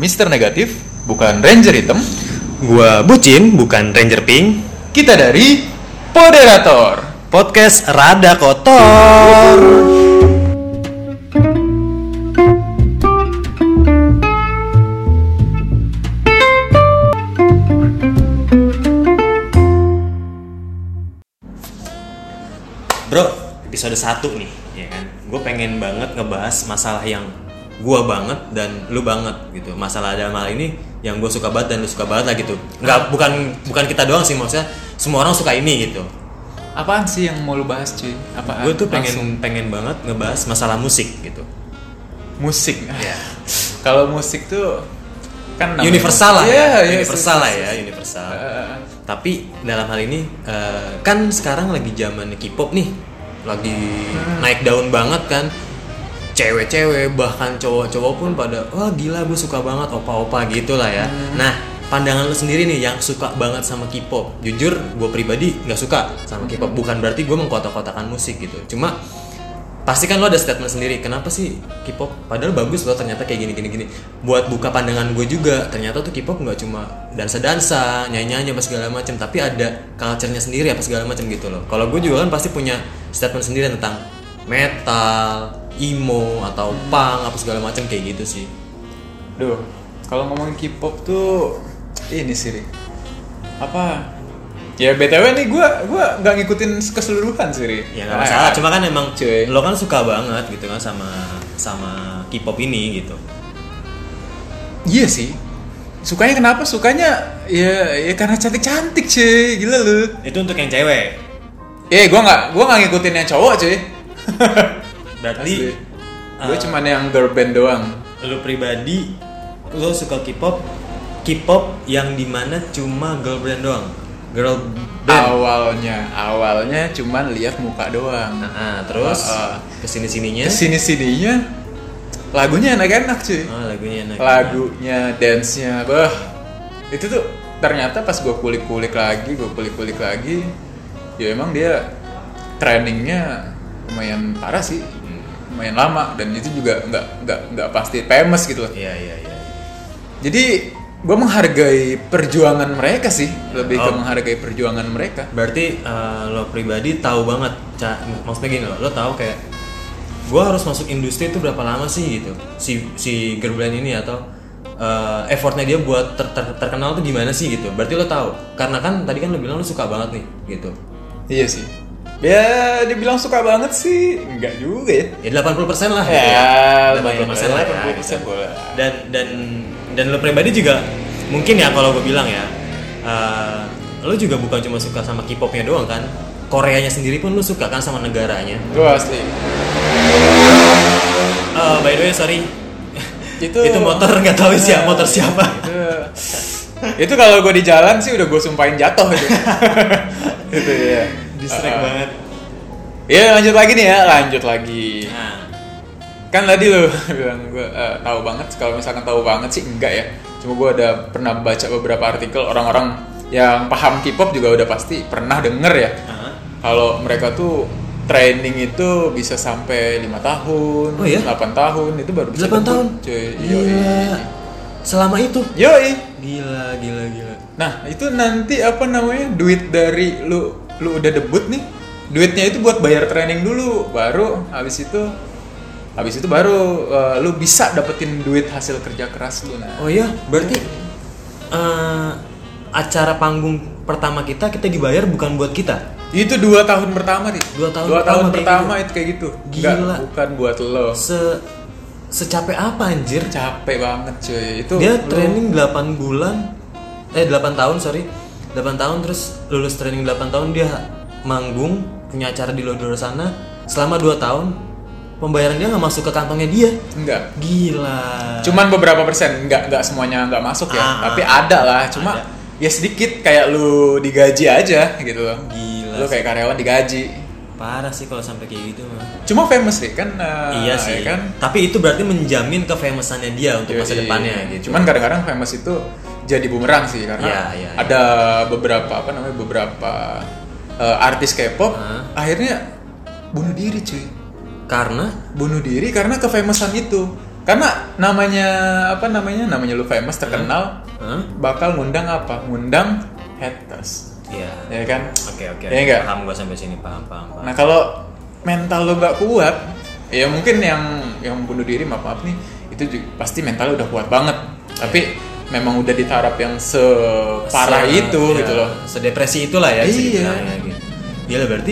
Mister Negatif, bukan Ranger Hitam. Gua Bucin, bukan Ranger Pink. Kita dari Poderator, Podcast Rada Kotor. Bro, episode 1 nih, ya kan? Gue pengen banget ngebahas masalah yang gue banget dan lu banget gitu. Masalah dalam hal ini yang gue suka banget dan lu suka banget lah gitu. Nggak, bukan kita doang sih, maksudnya semua orang suka ini gitu. Apaan sih yang mau lu bahas, cuy? Apaan? Gue tuh pengen banget ngebahas masalah musik gitu. Musik. Ya. Kalau musik tuh kan namanya Universal lah universal ya, universal. Tapi dalam hal ini kan sekarang lagi zaman K-pop nih, lagi naik daun banget kan. Cewek-cewek bahkan cowok-cowok pun pada wah gila gue suka banget opa-opa gitu lah ya. Nah pandangan lu sendiri nih yang suka banget sama K-pop. Jujur gue pribadi nggak suka sama K-pop. Bukan berarti gue mengkotak-kotakan musik gitu. Cuma pasti kan lo ada statement sendiri. Kenapa sih K-pop? Padahal bagus loh ternyata kayak gini. Buat buka pandangan gue juga. Ternyata tuh K-pop nggak cuma dansa-dansa, nyanyi-nyanyi apa segala macam, tapi ada culture-nya sendiri apa segala macam gitu loh. Kalau gue juga kan pasti punya statement sendiri tentang metal, emo atau punk apa segala macam kayak gitu sih. Duh, kalau ngomongin K-pop tuh ini sih, Ri. Apa? Ya BTW nih gue nggak ngikutin keseluruhan sih, Ri. Ya nggak masalah. Cuma kan emang cuy, lo kan suka banget gitu kan sama K-pop ini gitu. Iya sih. Sukanya kenapa? Sukanya ya karena cantik-cantik, cuy. Gila lu. Itu untuk yang cewek. Gue nggak ngikutin yang cowok, cuy. Berarti gue cuman yang girl band doang. Lo pribadi lo suka K-pop yang dimana cuma girl band doang. Girl band. Awalnya cuman lihat muka doang. Terus kesini-sininya lagunya enak-enak, cuy. Lagunya enak. Lagunya, dance-nya, itu tuh ternyata pas gue kulik-kulik lagi, ya emang dia trainingnya lumayan parah sih, lumayan lama, dan itu juga nggak pasti famous gitu loh. Iya. Jadi gue menghargai perjuangan mereka sih, lebih ke menghargai perjuangan mereka. Berarti lo pribadi tahu banget, maksudnya gini lo tahu kayak gue harus masuk industri itu berapa lama sih gitu, si girl band ini atau effortnya dia buat terkenal tuh gimana sih gitu. Berarti lo tahu, karena kan tadi kan lo bilang lo suka banget nih gitu. Iya sih. Ya, dibilang suka banget sih, enggak juga ya. Ya 80% lah. Ya, 80% lah. 80% boleh. Dan lo pribadi juga mungkin ya kalau gue bilang ya, lo juga bukan cuma suka sama K-popnya doang kan. Koreanya sendiri pun lo suka kan sama negaranya. Itu asli. By the way, sorry. Itu motor nggak tahu sih motor siapa. Itu kalau gue di jalan sih udah gue sumpahin jatuh gitu. Itu ya. Distract banget. Ya lanjut lagi. Nah. Kan tadi lo bilang gue tahu banget. Kalau misalkan tahu banget sih enggak ya. Cuma gue ada pernah baca beberapa artikel orang-orang yang paham K-pop juga udah pasti pernah denger ya. Kalau mereka tuh training itu bisa sampai 5 tahun, 8 tahun itu baru bisa 8 tahun? Cuy. Gila. Selama itu? Yoi. Gila. Nah itu nanti apa namanya, duit dari lu udah debut nih, duitnya itu buat bayar training dulu, baru habis itu baru lu bisa dapetin duit hasil kerja keras lu. Nah. Oh iya, berarti acara panggung pertama kita dibayar bukan buat kita. Itu 2 tahun pertama nih. 2 tahun pertama itu kayak gitu. Gila. Enggak, bukan buat lo. Secapek apa anjir? Capek banget cuy. Itu dia training 8 bulan. 8 tahun, sorry. 8 tahun terus lulus training 8 tahun dia manggung, punya acara di luar sana selama 2 tahun. Pembayaran dia nggak masuk ke kantongnya dia. Enggak. Gila. Cuman beberapa persen, enggak semuanya nggak masuk ya. Tapi ada lah, cuma ya sedikit, kayak lu digaji aja gitu loh. Gila. Lu kayak karyawan digaji. Parah sih kalau sampai kayak gitu mah. Cuma famous sih kan. Iya sih. Ya kan? Tapi itu berarti menjamin kefamousannya dia untuk masa depannya gitu. Cuman kadang-kadang famous itu jadi bumerang sih, karena ada beberapa artis K-pop akhirnya bunuh diri cuy. Karena kefamousan itu. Karena namanya lu famous, terkenal, bakal ngundang apa? Ngundang haters. Iya. Ya kan? Oke. Ya enggak? Paham gua sampai sini, paham. Nah, kalau mental lu gak kuat, ya mungkin yang bunuh diri, maaf nih, itu juga, pasti mentalnya udah kuat banget. Tapi memang udah di taraf yang separah itu ya, gitu loh. Sedepresi itulah ya. Iya. Gitu. Gila, berarti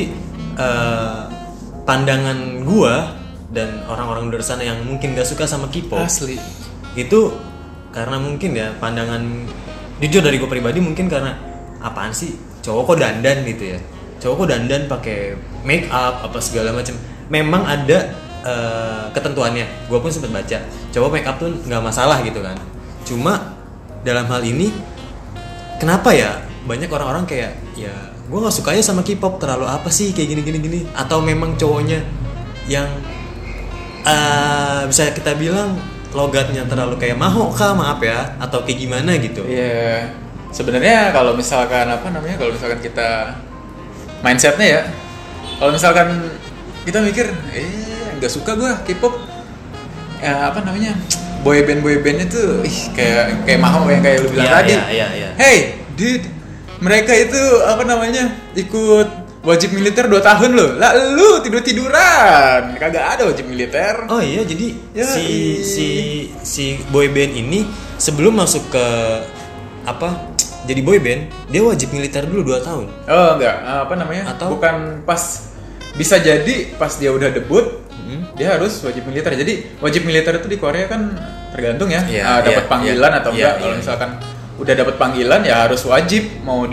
pandangan gua dan orang-orang di luar sana yang mungkin gak suka sama K-pop Asli. itu karena mungkin ya pandangan jujur dari gue pribadi, mungkin karena apaan sih cowok kok dandan gitu ya, cowok kok dandan pakai make up apa segala macam. Memang ada ketentuannya, gue pun sempat baca cowok make up tuh nggak masalah gitu kan. Cuma dalam hal ini kenapa ya banyak orang-orang kayak ya gue nggak sukanya sama K-pop, terlalu apa sih kayak gini, atau memang cowoknya yang bisa kita bilang logatnya terlalu kayak maaf ya, atau kayak gimana gitu. Iya. Sebenarnya kalau misalkan kita mindsetnya ya, kalau misalkan kita mikir nggak suka gue K-pop, boyband tuh kayak mahal kayak lu bilang tadi. Iya. Hey dude, mereka itu ikut wajib militer 2 tahun loh. Lah lu tiduran. Kagak ada wajib militer. Oh iya, jadi ya, si boyband ini sebelum masuk ke jadi boyband, dia wajib militer dulu 2 tahun. Oh enggak, Atau bukan pas, bisa jadi pas dia udah debut, dia harus wajib militer. Jadi wajib militer itu di Korea kan tergantung ya, dapat panggilan atau enggak. Kalau misalkan udah dapat panggilan ya harus wajib, mau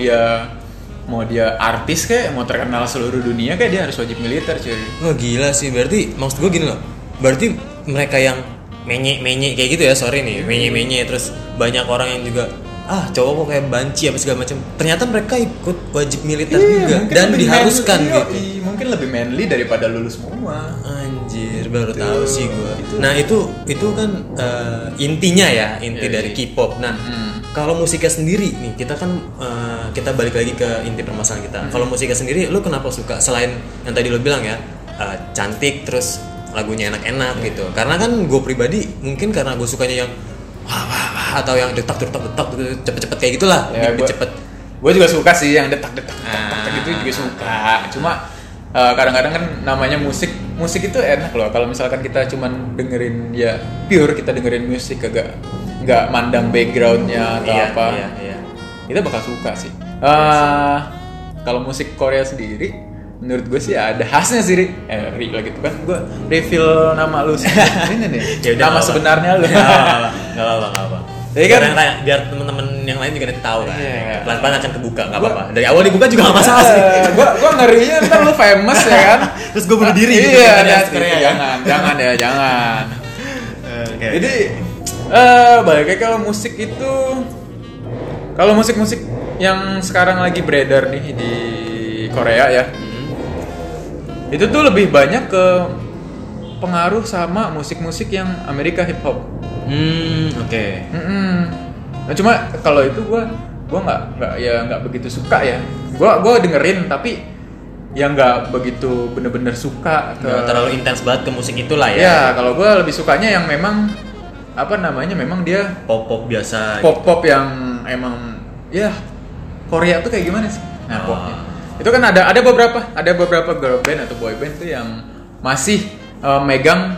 dia artis kayak mau terkenal seluruh dunia kayak dia harus wajib militer, cuy. Wah gila sih, berarti maksud gue gini loh. Berarti mereka yang menye kayak gitu ya, sorry nih, menye terus banyak orang yang juga cowok kok kayak banci apa segala macam. Ternyata mereka ikut wajib militer juga dan diharuskan gitu. Mungkin lebih manly daripada lulus semua. Anjir, baru tahu sih gue. Nah, itu kan intinya ya, dari K-pop. Nah, kalau musiknya sendiri nih, kita kan kita balik lagi ke inti permasalahan kita. Kalau musiknya sendiri, lu kenapa suka? Selain yang tadi lu bilang ya, cantik, terus lagunya enak-enak gitu. Karena kan gue pribadi mungkin karena gue sukanya yang atau yang detak cepet-cepet kayak gitulah, beat cepet. Gue juga suka sih yang detak gitu juga suka. Cuma kadang-kadang kan namanya musik itu enak loh. Kalau misalkan kita cuman dengerin ya pure, kita dengerin musik nggak mandang backgroundnya atau iya. Kita bakal suka sih. Kalau musik Korea sendiri, menurut gue sih ada khasnya sih, Ri lah gitu kan. Gue reveal nama lu sih. Ini nih. Nama sebenarnya lu. Nggak apa. Jadi kan biar teman-teman yang lain juga nanti tahu kan. Pelan-pelan akan kebuka, nggak apa-apa. Dari awal dibuka juga nggak masalah sih. Gue ngerinya ntar lu famous ya kan. Terus gue bunuh diri. Iya, jangan. Jadi balik lagi kalau musik itu, kalau musik yang sekarang lagi beredar nih di Korea ya, itu tuh lebih banyak ke pengaruh sama musik-musik yang Amerika hip hop. Oke. Nah, cuma kalau itu gue nggak begitu suka ya. Gue dengerin tapi yang nggak begitu bener-bener suka. Nggak terlalu intens banget ke musik itulah ya. Ya kalau gue lebih sukanya yang memang memang dia pop biasa. Pop yang emang ya Korea tuh kayak gimana sih? Nah popnya itu kan ada beberapa girl band atau boy band tuh yang masih megang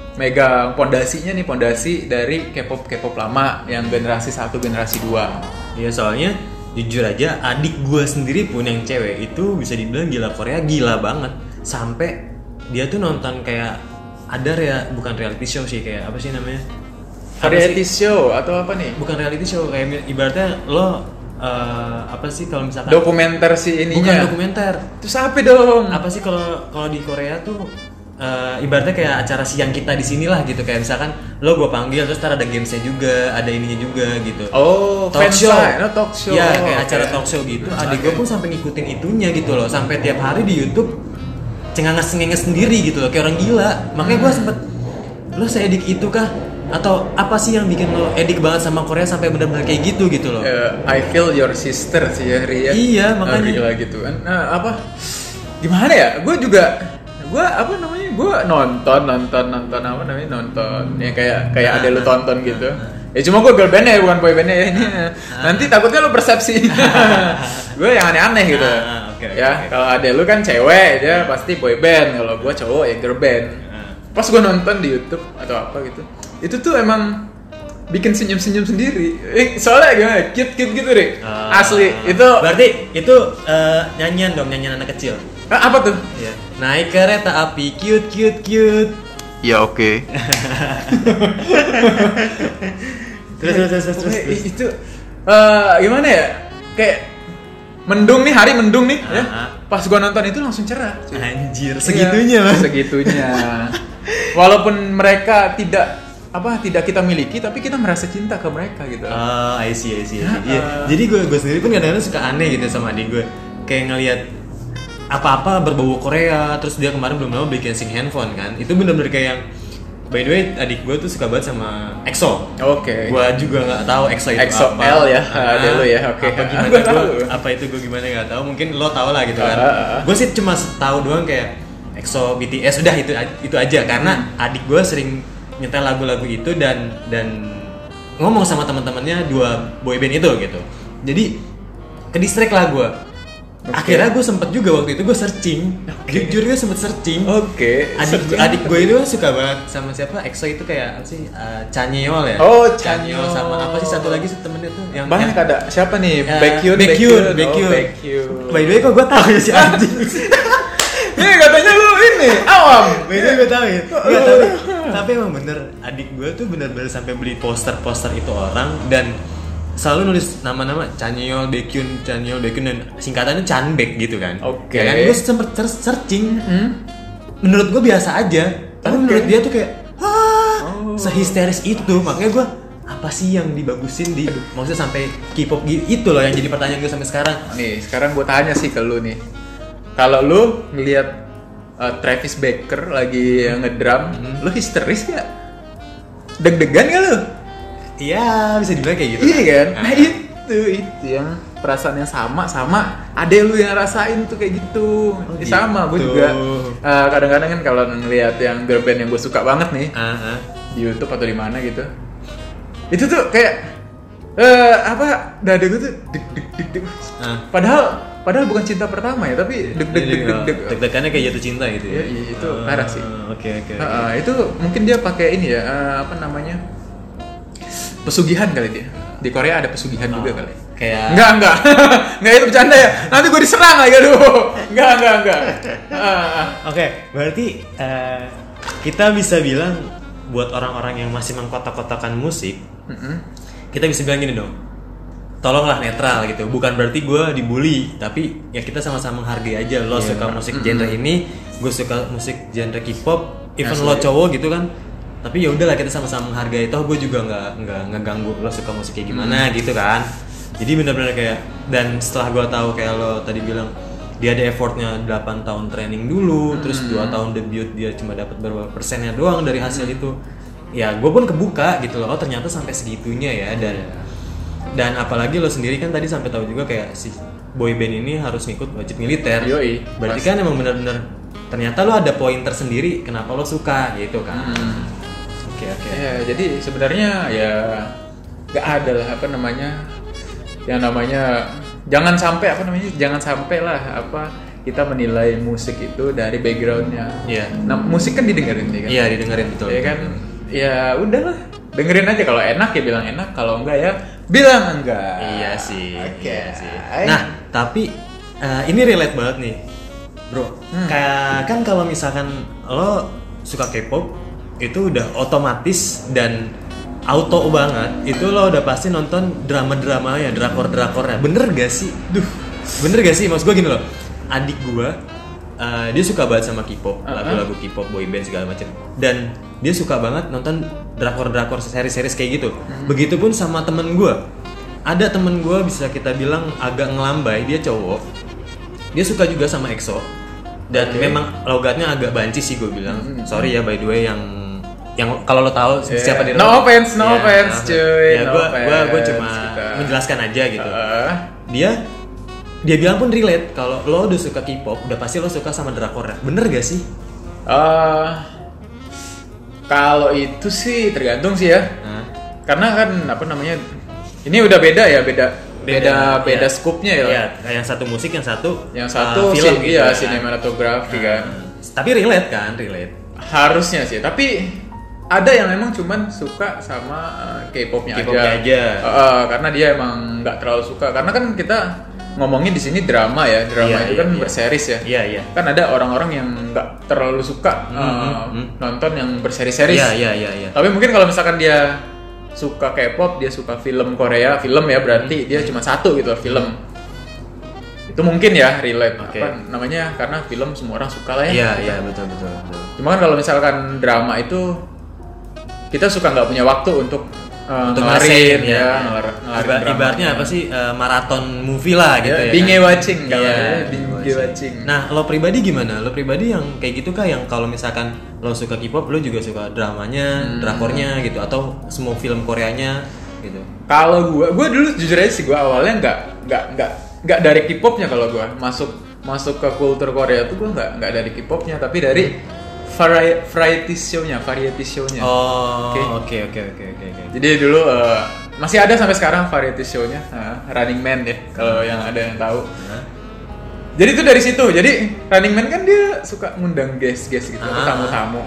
pondasi dari K-pop lama yang generasi 1, generasi 2. Iya, soalnya jujur aja adik gue sendiri pun yang cewek itu bisa dibilang gila Korea, gila banget. Sampai dia tuh nonton kayak bukan reality show sih, kayak apa sih namanya? Variety show atau apa nih? Bukan reality show, kayak ibaratnya lo apa sih kalau misalkan dokumenter sih ininya. Bukan dokumenter. Terus apa dong? Apa sih kalau di Korea tuh ibaratnya kayak acara siang kita di sinilah gitu, kayak misalkan lo gue panggil terus ntar ada gamesnya juga, ada ininya juga gitu. Oh, talk show. Ya kayak acara talk show gitu. Adik gue pun sampai ngikutin itunya gitu loh, sampai tiap hari di YouTube cengenges sendiri gitu loh, kayak orang gila. Makanya gue sempet, lo seedik itu kah? Atau apa sih yang bikin lo edik banget sama Korea sampai benar-benar kayak gitu loh? I feel your sister sih ya, Ria. Iya, makanya. Gila gitu kan. Gimana ya? Gue gue apa namanya, gue nonton apa namanya, nonton ya kayak ada lu tonton gitu. Ya cuma gue girl band ya, bukan boy band ya ini. Nanti takutnya lu persepsi. Gue yang aneh-aneh gitu. Ya kalau ada lu kan cewek, dia pasti boy band. Kalau gue cowok ya girl band. Pas gue nonton di YouTube atau apa gitu, itu tuh emang bikin senyum-senyum sendiri. Soalnya gimana? Cute gitu, Rik. Asli. Itu berarti itu nyanyian anak kecil. Apa tuh? Ya. Naik kereta api cute. Ya oke. Terus. Itu gimana ya? Kayak mendung nih, hari mendung nih ya. Pas gua nonton itu langsung cerah. Anjir, segitunya ya, segitunya. Walaupun mereka tidak kita miliki, tapi kita merasa cinta ke mereka gitu. I see. Iya. Jadi gue sendiri pun kadang-kadang suka aneh gitu sama adik gue. Kayak ngelihat apa-apa berbau Korea, terus dia kemarin belum lama beli casing handphone kan. Itu bener-bener kayak yang, by the way, adik gue tuh suka banget sama EXO. Oke. Gue juga nggak tahu EXO itu EXO apa. L ya, ada lo ya. Oke. Apa itu gue gimana nggak tahu. Mungkin lo tau lah gitu kan. Gue sih cuma tahu doang kayak EXO, BTS, udah itu aja. Karena adik gue sering nyetel lagu-lagu itu dan ngomong sama teman-temannya dua boyband itu gitu. Jadi ke distract lah gue. Akhirnya gue sempet juga waktu itu gue searching. Jujur gue sempet searching. Adik gue itu suka banget sama siapa? EXO itu kayak apa sih? Chanyeol ya. Oh, Chanyeol sama apa sih satu lagi temennya tuh yang banyak ada siapa nih? Baekhyun. By the way kok gue tahu ya si anjing. Ini katanya lu ini awam. By the way gue tahu ya. Enggak tahu. Tapi emang bener adik gue tuh bener-bener sampai beli poster itu orang dan selalu nulis nama-nama Chanyeol, Baekhyun dan singkatannya Chanbek gitu kan. Oke. Ya kan gue sempet searching. Menurut gue biasa aja. Tapi menurut dia tuh kayak sehisteris itu. Makanya gue apa sih yang dibagusin di maksudnya sampai K-pop itu loh yang jadi pertanyaan gue sampai sekarang. Nih, sekarang gue tanya sih ke lu nih. Kalau lu ngelihat Travis Barker lagi ngedrum, lu histeris gak? Deg-degan gak lu? Iya, bisa dibilang kayak gitu. Iya kan? Nah itu yang perasaan yang sama adek lu yang rasain tuh kayak gitu. Gitu. Sama, gue juga kadang-kadang kan kalau ngelihat yang girl band yang gue suka banget nih di YouTube atau di mana gitu, itu tuh kayak dada gue tuh deg. Padahal bukan cinta pertama ya, tapi deg-degannya kayak jatuh cinta gitu ya. Iya, itu parah sih. Oke. Itu mungkin dia pakai ini ya, apa namanya? Pesugihan kali dia. Di Korea ada pesugihan juga kali. Kayak Enggak itu bercanda ya. Nanti gue diserang lagi aduh. Enggak. Oke, berarti kita bisa bilang buat orang-orang yang masih mengkotak-kotakan musik, kita bisa bilang gini dong. Tolonglah netral gitu. Bukan berarti gue dibully, tapi ya kita sama-sama menghargai aja. Lo suka musik genre ini, gue suka musik genre K-pop, even lo cowok gitu kan. Tapi ya udahlah kita sama-sama menghargai. Toh gue juga nggak ngeganggu lo suka musik kayak gimana gitu kan. Jadi benar-benar kayak, dan setelah gue tahu kayak lo tadi bilang dia ada effortnya 8 tahun training dulu, terus 2 tahun debut dia cuma dapat berapa persennya doang dari hasil itu. Ya gue pun kebuka gitu loh. Oh ternyata sampai segitunya ya. Dan apalagi lo sendiri kan tadi sampai tahu juga kayak si boyband ini harus ngikut wajib militer. Yoi. Berarti kan emang benar-benar ternyata lo ada poin tersendiri kenapa lo suka gitu kan. Oke. Ya, jadi sebenarnya ya nggak ada lah yang namanya jangan sampai lah kita menilai musik itu dari backgroundnya. Iya. Nah, musik kan didengerin nih kan. Iya didengerin betul. Ya kan, ya udahlah dengerin aja, kalau enak ya bilang enak, kalau enggak ya bilang enggak. Iya sih. Oke. Iya sih. Nah tapi ini relate banget nih, bro. Kayak kan kalau misalkan lo suka K-pop itu udah otomatis dan auto banget itu lo udah pasti nonton drama-dramanya, drakor-drakornya. Bener gak sih? Bener gak sih? Maksud gue gini loh, adik gue dia suka banget sama K-pop, lagu-lagu K-pop, boyband segala macam. Dan dia suka banget nonton drakor-drakor seri-seri kayak gitu. Begitupun sama temen gue. Ada temen gue bisa kita bilang agak ngelambai, dia cowok. Dia suka juga sama EXO. Dan memang logatnya agak banci sih gue bilang. Sorry ya by the way yang kalau lo tahu siapa dia. No offense cuy. Ya gue cuma menjelaskan aja gitu. Dia bilang pun relate kalau lo udah suka K-pop, udah pasti lo suka sama drakornya. Bener gak sih? Kalau itu sih tergantung sih ya. Hah? Karena kan apa namanya? Ini udah beda ya, beda scope-nya ya. Iya, yang satu musik, yang satu film gitu iya, kan. sinematografi kan. Tapi relate kan, relate. Harusnya sih, tapi ada yang memang cuman suka sama K-popnya aja. Karena dia emang nggak terlalu suka. Karena kan kita ngomongin di sini drama ya, itu kan berseris ya. Iya. Kan ada orang-orang yang nggak terlalu suka nonton yang berseri-seris. Iya. Tapi mungkin kalau misalkan dia suka K-pop, dia suka film Korea, film ya berarti dia cuma satu gitu film. Itu mungkin ya relate. Okay. Apa namanya? Karena film semua orang suka lah ya. Iya, betul. Cuma kan kalau misalkan drama itu kita suka nggak punya waktu untuk ngelarin ya. Ibaratnya apa sih maraton movie lah gitu ya. Binge kan? watching kalau binge watching. Nah, lo pribadi gimana? Lo pribadi yang kayak gitu kah yang kalau misalkan lo suka K-pop, lo juga suka dramanya, drakornya gitu atau semua film Koreanya gitu? Kalau gue dulu jujur aja sih gue awalnya nggak dari K-popnya kalau gue masuk ke kultur Korea tuh gue nggak dari K-popnya tapi dari variety show-nya. Oh, oke. Jadi dulu masih ada sampai sekarang variety show-nya, Running Man ya kalau yang ada yang tahu. Jadi itu dari situ. Jadi Running Man kan dia suka ngundang guest gitu, tamu-tamu.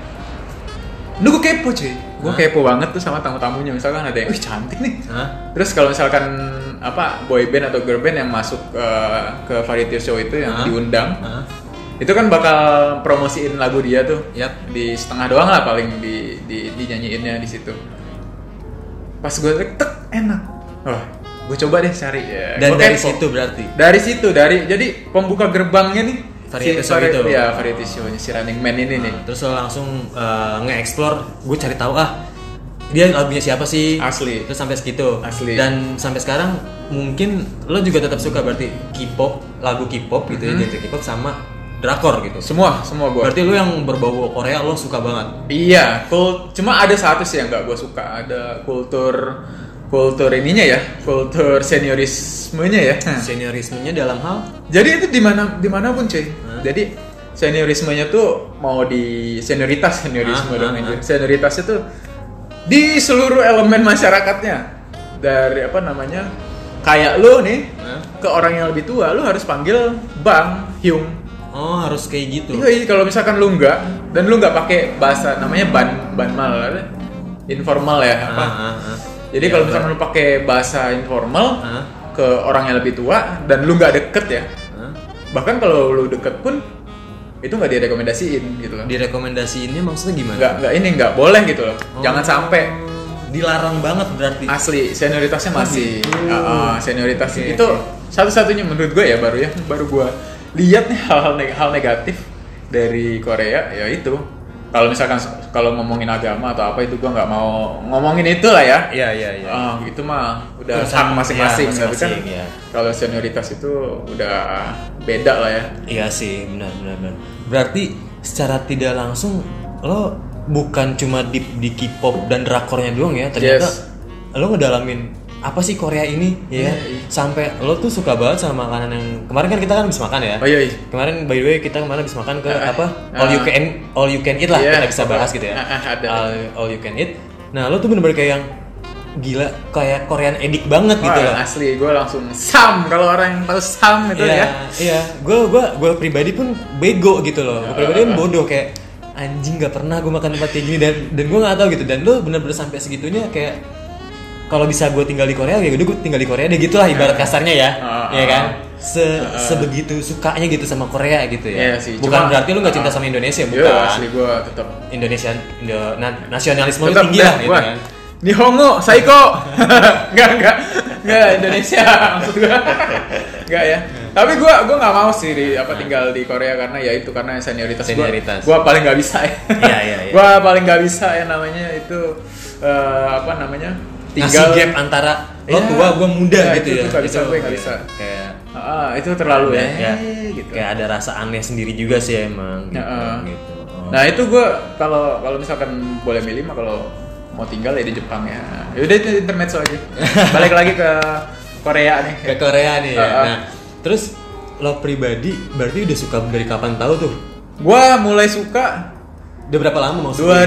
Lu gue kepo cuy. Gue kepo banget tuh sama tamu-tamunya. Misalkan ada yang, cantik nih. Terus kalau misalkan apa boy band atau girl band yang masuk ke variety show itu yang diundang. Itu kan bakal promosiin lagu dia tuh. Di setengah doang lah paling dinyanyiinnya di situ. Pas gue tek enak. Wah, gue coba deh cari ya. Dan dari situ berarti. Jadi pembuka gerbangnya nih variety show itu. Ya, variety show-nya si Running Man ini nih. Terus lo langsung nge-explore, gue cari tahu dia lagunya siapa sih? Asli. Terus sampai segitu. Asli. Dan sampai sekarang mungkin lo juga tetap suka berarti K-pop, lagu K-pop gitu ya, genre K-pop sama drakor gitu. Semua gua. Berarti lu yang berbau Korea lo suka banget. Iya, cuma ada satu sih yang nggak gua suka. Ada kultur ininya ya, kultur seniorismenya ya. Seniorismenya dalam hal? Jadi itu dimanapun cuy. Jadi seniorismenya tuh mau di senioritasnya dong. Senioritasnya tuh di seluruh elemen masyarakatnya. Dari apa namanya? Kayak lu nih ke orang yang lebih tua, lu harus panggil Bang, Hyung. Oh, harus kayak gitu. Iya, kalau misalkan lu enggak dan lu enggak pakai bahasa namanya banmal, informal ya apa. Jadi kalau misalkan lu pakai bahasa informal ke orang yang lebih tua dan lu enggak deket ya. Bahkan kalau lu deket pun itu enggak direkomendasiin gitu loh. Direkomendasiinnya maksudnya gimana? Enggak boleh gitu loh. Jangan sampai dilarang banget berarti. Asli, senioritasnya masih senioritas itu satu-satunya menurut gue ya baru gue lihat nih hal negatif dari Korea ya itu. Kalau misalkan kalau ngomongin agama atau apa itu gue nggak mau ngomongin itu lah ya. Iya. Itu mah udah hak masing-masing. Tapi kan kalau senioritas itu udah beda lah ya. Iya sih, benar. Berarti secara tidak langsung lo bukan cuma di K-pop dan drakornya doang ya, ternyata lo ngedalamin apa sih Korea ini ya. Sampai lo tuh suka banget sama makanan yang kemarin kan kita kan habis makan ya. Kemarin by the way kita kemarin habis makan ke all you can eat lah, kita bisa bahas gitu ya. All you can eat. Nah, lo tuh bener-bener kayak yang gila, kayak Korean edik banget gitu loh. Asli, gue langsung sam kalau orang yang tahu sam itu ya. Iya, gue pribadi pun bego gitu loh. Gue pribadi pun bodoh kayak anjing nggak pernah gue makan tempat kayak gini dan gue nggak tahu gitu. Dan lo bener-bener sampai segitunya kayak kalau bisa gue tinggal di Korea ya udah gue tinggal di Korea deh gitulah ibarat kasarnya ya. Iya kan? Sebegitu sukanya gitu sama Korea gitu ya. Sih, bukan berarti lu nggak cinta sama Indonesia, bukan. Iya, asli gue tetap Indonesia nasionalisme lu tinggi lah gitu kan. Nihongo, Saiko. Enggak Indonesia maksud gue. Enggak ya. Tapi gue nggak mau sih tinggal di Korea karena ya itu karena senioritas. Gue paling nggak bisa ya. Iya. Gue paling nggak bisa ya namanya itu tinggal gap antara lo tua gue muda gitu ya. Gue nggak bisa. Kayak itu terlalu ya. Gitu. Kayak ada rasa aneh sendiri juga sih emang. Gitu. Nah itu gue kalau misalkan boleh milih mah kalau mau tinggal ya di Jepang ya. Yaudah itu intermezzo aja. Balik lagi ke Korea nih. Nah terus lo pribadi berarti udah suka dari kapan tahu tuh Gua mulai suka Udah berapa lama maksudnya?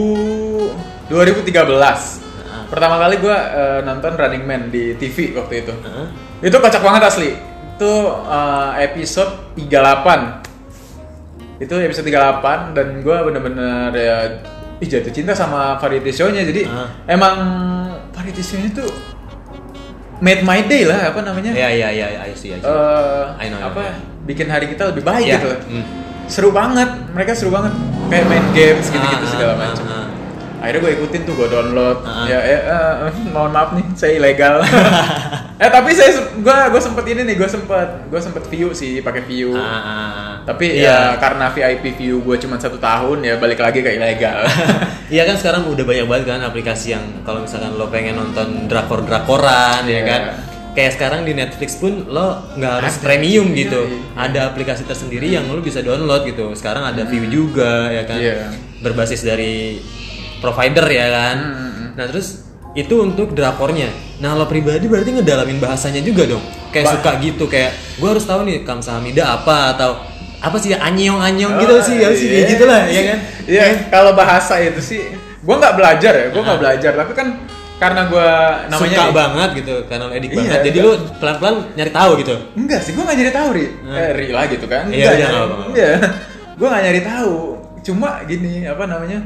2013. Pertama kali gue nonton Running Man di TV waktu itu. Itu kocak banget asli. Itu episode 38. Itu episode 38 dan gue bener-bener ya jatuh cinta sama variety show-nya. Jadi emang variety show-nya tuh made my day lah, apa namanya? Iya, I see. I know. Bikin hari kita lebih baik gitu. Seru banget, mereka seru banget. Kayak main games gitu-gitu segala macam. Akhirnya gue ikutin tuh, gue download. Mohon maaf nih, saya ilegal. Tapi gue sempet ini nih, gue sempet view sih, pakai view. Tapi ya karena VIP view gue cuma 1 tahun, ya balik lagi ke ilegal. Iya kan sekarang udah banyak banget kan aplikasi yang kalau misalkan lo pengen nonton drakor-drakoran ya kan. Kayak sekarang di Netflix pun lo nggak harus premium gitu. Ada aplikasi tersendiri yang lo bisa download gitu. Sekarang ada View juga ya kan. Berbasis dari provider ya kan. Nah terus itu untuk drakornya. Nah lo pribadi berarti ngedalamin bahasanya juga dong. Kayak suka gitu, kayak gue harus tahu nih Kamsahamnida apa atau apa sih anyong gitu sih ya sih kayak gitulah ya kan. Iya, kalau bahasa itu sih gue nggak belajar ya, tapi kan karena gue namanya suka banget gitu, karena edik banget. Jadi lu pelan-pelan nyari tahu gitu. Enggak sih, gue nggak nyari tahu Ri lah gitu kan. Iya, gue nggak nyari tahu. Cuma gini, apa namanya?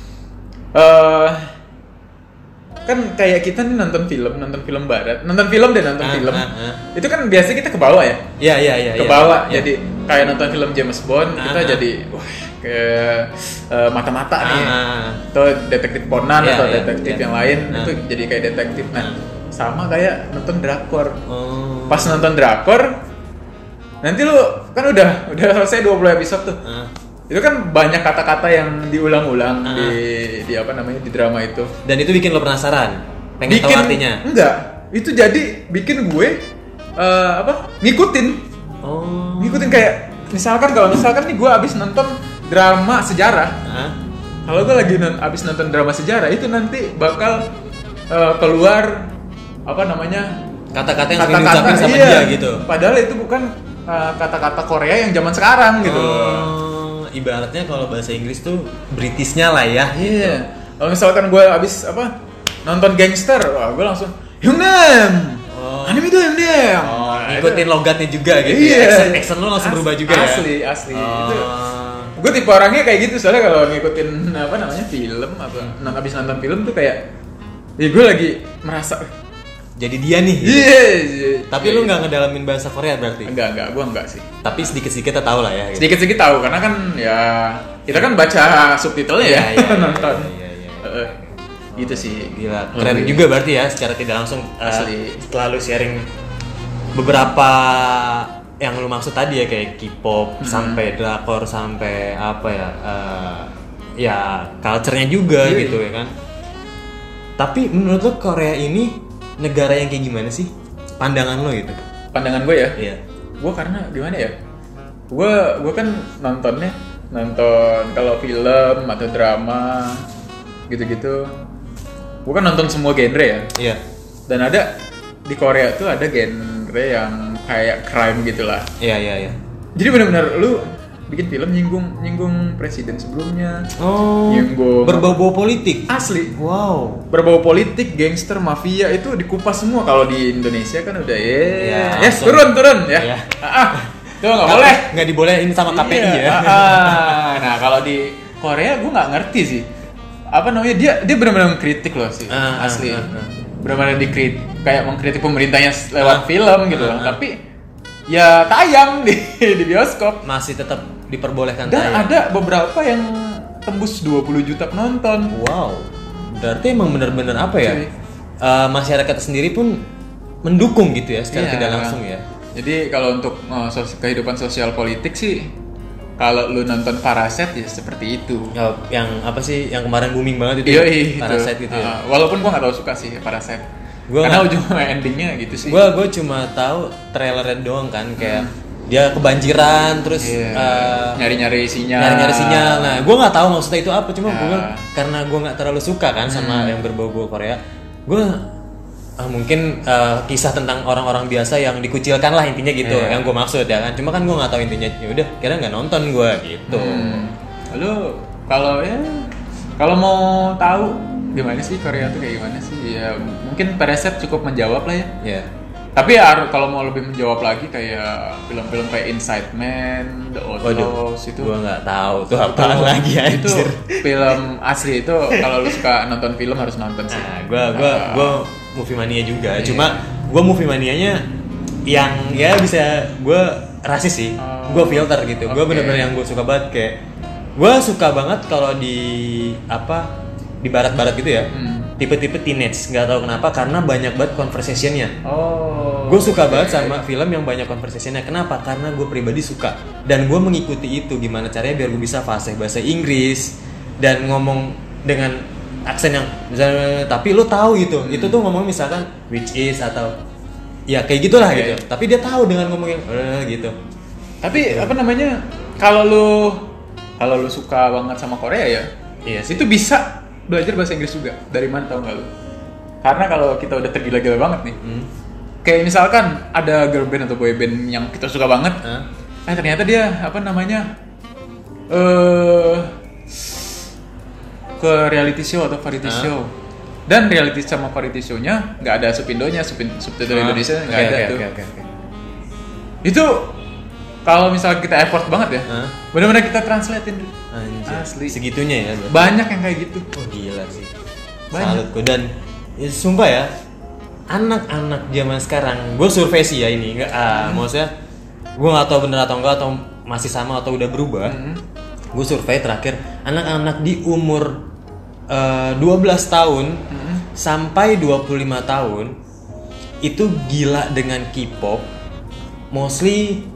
Kan kayak kita nih nonton film barat, nonton film. Itu kan biasanya kita ke bawah ya. Iya. Ke bawah. Jadi kayak nonton film James Bond, kita jadi wah kayak mata-mata nih. Atau detektif Conan atau detektif yang lain itu jadi kayak detektif. Nah, sama kayak nonton drakor. Pas nonton drakor nanti lu kan udah selesai 20 episode tuh. Itu kan banyak kata-kata yang diulang-ulang di apa namanya di drama itu. Dan itu bikin lo penasaran, pengen tahu artinya. Enggak, itu jadi bikin gue ngikutin. Ngikutin kayak misalkan nih gue abis nonton drama sejarah. Kalau gue lagi abis nonton drama sejarah itu nanti bakal keluar apa namanya kata-kata yang sering diucapin sama dia gitu. Padahal itu bukan kata-kata Korea yang zaman sekarang gitu. Ibaratnya kalau bahasa Inggris tuh Britishnya lah ya. Iya. Kalau misalkan gue abis nonton gangster, wah gue langsung Hyungnam. Anime itu Hyungnam. Ngikutin logatnya juga gitu. Iya. Accent lo langsung berubah juga asli, ya. Asli. Itu. Gue tipe orangnya kayak gitu soalnya kalau ngikutin apa namanya film atau abis nonton film tuh kayak, gue lagi merasa jadi dia nih. Iya. Tapi lu nggak ngedalamin bahasa Korea berarti? Enggak, gue enggak sih. Tapi sedikit-sedikit tahu lah ya. Gitu. Sedikit-sedikit tahu karena kan ya kita kan baca subtitlenya ya. Nonton. Iya. Gitu sih. Gila, keren juga berarti ya secara tidak langsung. Asli. Setelah lu sharing beberapa yang lu maksud tadi ya kayak K-pop sampai drakor sampai apa ya, ya culture-nya juga gitu ya kan. Tapi menurut lu Korea ini negara yang kayak gimana sih? Pandangan lo gitu. Pandangan gue ya? Iya. Gue karena gimana ya? Gue kan nonton kalau film atau drama gitu-gitu. Gue kan nonton semua genre ya. Iya. Dan ada di Korea tuh ada genre yang kayak crime gitulah. Iya. Jadi benar-benar lu bikin film nyinggung presiden sebelumnya. Nyinggung berbau-bau politik. Asli. Wow. Berbau politik, gangster, mafia itu dikupas semua. Kalau di Indonesia kan udah turun ya. Itu nggak boleh. Nggak dibolehin sama KPI ya. Nah kalau di Korea gue nggak ngerti sih. Apa namanya dia benar-benar mengkritik loh sih. Asli. Benar-benar kayak mengkritik pemerintahnya lewat film gitu loh. Tapi ya tayang di bioskop masih tetap diperbolehkan dan tayang. Ada beberapa yang tembus 20 juta penonton. Wow, berarti emang bener-bener apa ya, masyarakat sendiri pun mendukung gitu ya secara tidak langsung ya. Jadi kalau untuk kehidupan sosial politik sih, kalau lu nonton Parasite ya seperti itu. Yang apa sih yang kemarin booming banget itu? Parasite gitu ya. Walaupun gua nggak tahu suka sih Parasite. Karena ujungnya endingnya gitu sih. Gue cuma tahu trailernya doang kan kayak dia kebanjiran terus nyari-nyari sinyal. Nah, gue nggak tahu maksudnya itu apa, cuma gue karena gue nggak terlalu suka kan sama yang berbau-bau Korea. Gue mungkin kisah tentang orang-orang biasa yang dikucilkan lah intinya gitu, yang gue maksud ya kan. Cuma kan gue nggak tahu intinya, ya udah kira nggak nonton gue gitu. Lalu kalau mau tahu gimana sih Korea tuh kayak gimana sih ya, mungkin Parasite cukup menjawab lah ya. Yeah. Tapi ya kalau mau lebih menjawab lagi kayak film-film kayak Inside Man, The Outlaws itu gua nggak tahu tuh apaan lagi anjir. Itu film asli, itu kalau lu suka nonton film harus nonton sih. Nah, gua movie mania juga. Cuma gua movie manianya yang ya bisa gua rasis sih. Gua filter gitu. Gua bener-bener yang gua suka banget, kayak gua suka banget kalau di barat-barat gitu ya. Tipe-tipe teenage, nggak tahu kenapa, karena banyak banget conversationnya. Gue suka banget sama film yang banyak conversationnya. Kenapa? Karena gue pribadi suka dan gue mengikuti itu. Gimana caranya biar gue bisa fasih bahasa Inggris dan ngomong dengan aksen yang misalnya, tapi lo tahu gitu, itu tuh ngomong misalkan which is atau ya kayak gitulah gitu. Tapi dia tahu dengan ngomong yang gitu. Tapi apa namanya? Kalau lu suka banget sama Korea ya, itu bisa belajar bahasa Inggris juga. Dari mana tau nggak lu? Karena kalau kita udah tergila-gila banget nih, kayak misalkan ada girl band atau boy band yang kita suka banget, ternyata dia apa namanya ke reality show atau variety show, dan reality sama variety show-nya nggak ada subindonya, subtitle Indonesia nggak ada tuh. Itu kalau misalnya kita effort banget ya, benar-benar kita translatein. Asli. Segitunya ya. Banyak yang kayak gitu. Oh gila sih. Salut gue. Dan ya, sumpah ya, anak-anak zaman sekarang, gue survei sih ya ini, maksudnya gue nggak tahu bener atau enggak, atau masih sama atau udah berubah. Gue survei terakhir, anak-anak di umur 12 tahun sampai 25 tahun itu gila dengan K-pop, mostly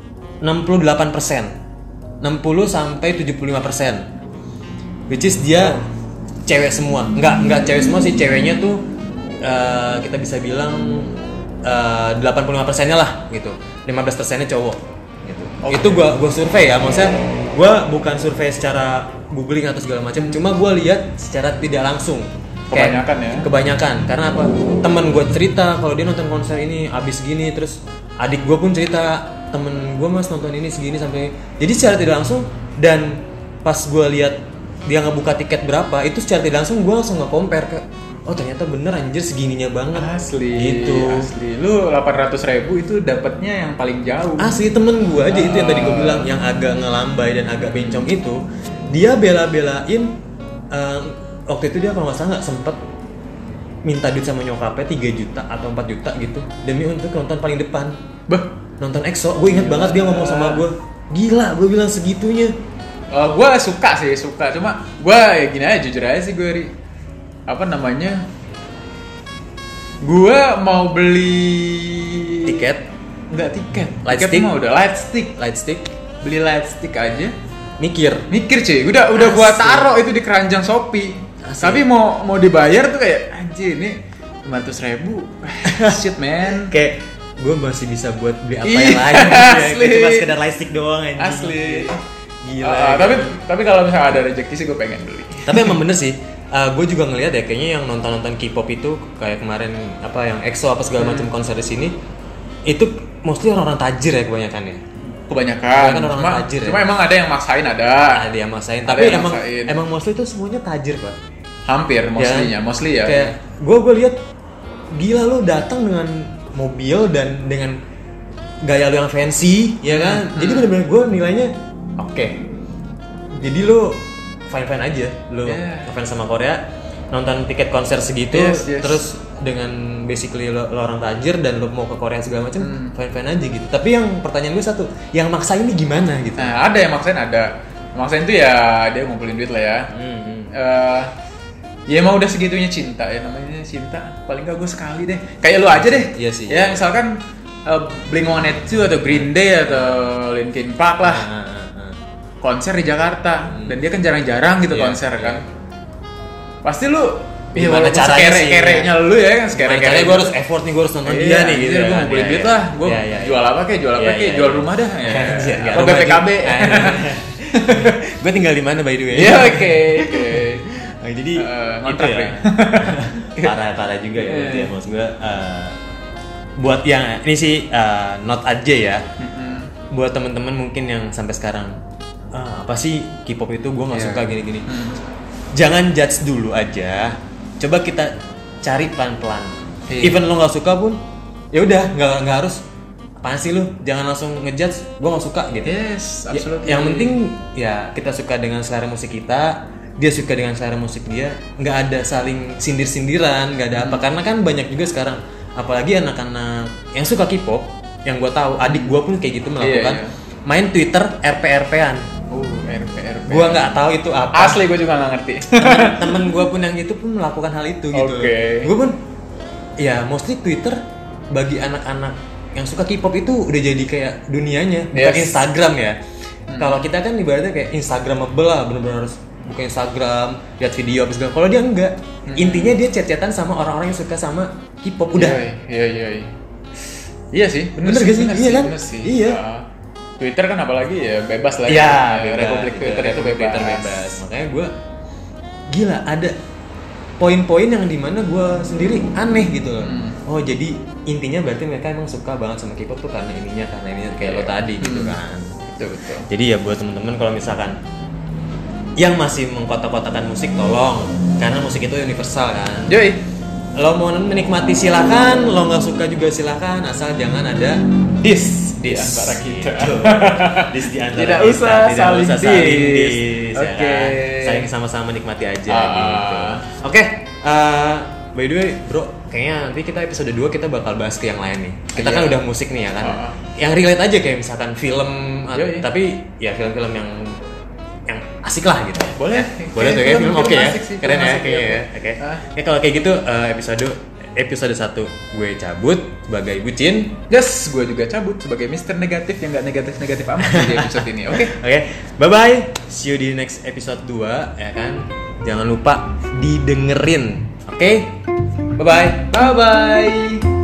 68%. 60 sampai 75%. Which is dia cewek semua. Enggak cewek semua sih, ceweknya tuh kita bisa bilang 85%-nya lah gitu. 15%-nya cowok gitu. Itu gua survei ya, maksudnya gua bukan survei secara googling atau segala macam, cuma gua lihat secara tidak langsung. Kebanyakan ya. Kebanyakan. Karena apa? Temen gua cerita kalau dia nonton konser ini abis gini, terus adik gua pun cerita temen gue mas nonton ini segini sampai, jadi secara tidak langsung. Dan pas gue lihat dia ngebuka tiket berapa, itu secara tidak langsung gue langsung nge-compare ke, oh ternyata bener anjir segininya banget. Asli gitu. Asli lu 800.000 itu dapatnya yang paling jauh. Asli temen gue aja itu yang tadi gue bilang, yang agak ngelambai dan agak bencong itu, dia bela-belain waktu itu dia kalau nggak salah nggak sempet minta duit sama nyokapnya 3 juta atau 4 juta gitu demi untuk nonton paling depan. Nonton EXO, gue inget banget dia ngomong sama gue, gila, gue bilang segitunya. Gue suka, cuma gue ya gini aja, jujur aja sih gue apa namanya, gue mau beli tiket, tiket mah udah light stick, beli light stick aja, mikir cuy, udah gue taruh itu di keranjang Shopee. Tapi mau dibayar tuh kayak anjir ini 500.000, shit man. Kayak gue masih bisa buat beli apa yang lain gitu ya. Cuma sekedar lightstick doang aja. Asli. Gila. Tapi kalau misalnya ada rezeki sih gue pengen beli. Tapi emang bener sih. Gue juga ngelihat ya, kayaknya yang nonton K-pop itu kayak kemarin apa yang EXO apa segala macam konser di sini, itu mostly orang-orang tajir ya kebanyakan ya. Kebanyakan orang tajir. Cuma emang ada yang maksain, ada yang maksain. Tapi emang mostly itu semuanya tajir, Pak. Hampir mostly ya. Kayak gue lihat gila, lu datang dengan mobil dan dengan gaya lu yang fancy, ya kan? Jadi benar-benar gue nilainya oke. Jadi lu fine aja, lu ngefans sama Korea, nonton tiket konser segitu, terus dengan basically lo orang tajir dan lo mau ke Korea segala macam, fine aja gitu. Tapi yang pertanyaan gue satu, yang maksain ini gimana gitu? Nah, ada yang maksain itu ya dia ngumpulin duit lah ya. Ya emang udah segitunya cinta ya, namanya cinta. Paling gak gue sekali deh. Kayak lu aja deh. Iya sih. Ya misalkan Blink-182 atau Green Day atau Linkin Park lah. Konser di Jakarta. Dan dia kan jarang-jarang gitu konser kan. Pasti lu gimana caranya sih? Sekere-kerenya lu ya kan, sekere-kerenya gue harus effort nih, gue harus nonton dia nih gitu. Gue ngumpulin duit lah. Gue jual apa kayak, jual rumah dah. Atau BPKB. Gue tinggal di mana by the way? Iya, oke. Jadi ngontrak gitu ya. parah juga ya berarti ya. Maksud gue buat yang ini sih not aja ya. Buat temen-temen mungkin yang sampai sekarang apa sih K-pop itu gue nggak suka gini-gini. Jangan judge dulu aja. Coba kita cari pelan-pelan. Even lo nggak suka pun, ya udah nggak harus. Apaan sih lu? Jangan langsung ngejudge. Gue nggak suka gitu. Yes, absolutely. Yang penting ya kita suka dengan selera musik kita, dia suka dengan selera musik dia. Nggak ada saling sindir-sindiran, nggak ada apa. Karena kan banyak juga sekarang, apalagi anak-anak yang suka K-pop, yang gue tahu, adik gue pun kayak gitu melakukan. Main Twitter RP-RP-an. RP. Gue nggak tahu itu apa. Asli gue juga nggak ngerti. Temen gue pun yang itu pun melakukan hal itu gitu. Gue pun, ya mostly Twitter bagi anak-anak yang suka K-pop itu udah jadi kayak dunianya, bukan Instagram ya. Kalau kita kan ibaratnya kayak Instagramable lah, bener-bener harus buka Instagram, lihat video apa segala. Kalau dia enggak, intinya dia chat-chatan sama orang-orang yang suka sama K-pop udah. Iya sih, bener gak sih? Iya kan? Iya. Twitter kan apalagi ya bebas lah. Iya, Republik Twitter itu bebas. Makanya gue gila ada poin-poin yang dimana gue sendiri aneh gitu loh. Oh jadi intinya berarti mereka emang suka banget sama K-pop tuh karena ininya kayak lo tadi gitu kan. Betul. Jadi ya buat temen-temen kalau misalkan yang masih mengkotak-kotakan musik tolong, karena musik itu universal kan. Yoi. Lo mau menikmati silakan, lo nggak suka juga silakan, asal jangan ada dis di antara kita. Dis di antara tidak kita. Usah saling dis. Oke. Ya kan? Saling sama-sama nikmati aja gitu. Oke. By the way, bro, kayaknya nanti kita episode 2 kita bakal bahas ke yang lain nih. Kita kan udah musik nih ya kan. Yang relate aja kayak misalkan film, tapi ya film-film yang asik lah gitu. Boleh Tuh ya film oke ya. Keren ya kayaknya ya. Oke. Ya kalau kayak gitu episode 1 gue cabut sebagai bucin. Yes, gue juga cabut sebagai Mr. Negatif yang gak negatif amat di episode ini. Oke. Bye bye. See you di next episode 2 ya kan. Jangan lupa didengerin. Oke. Bye bye.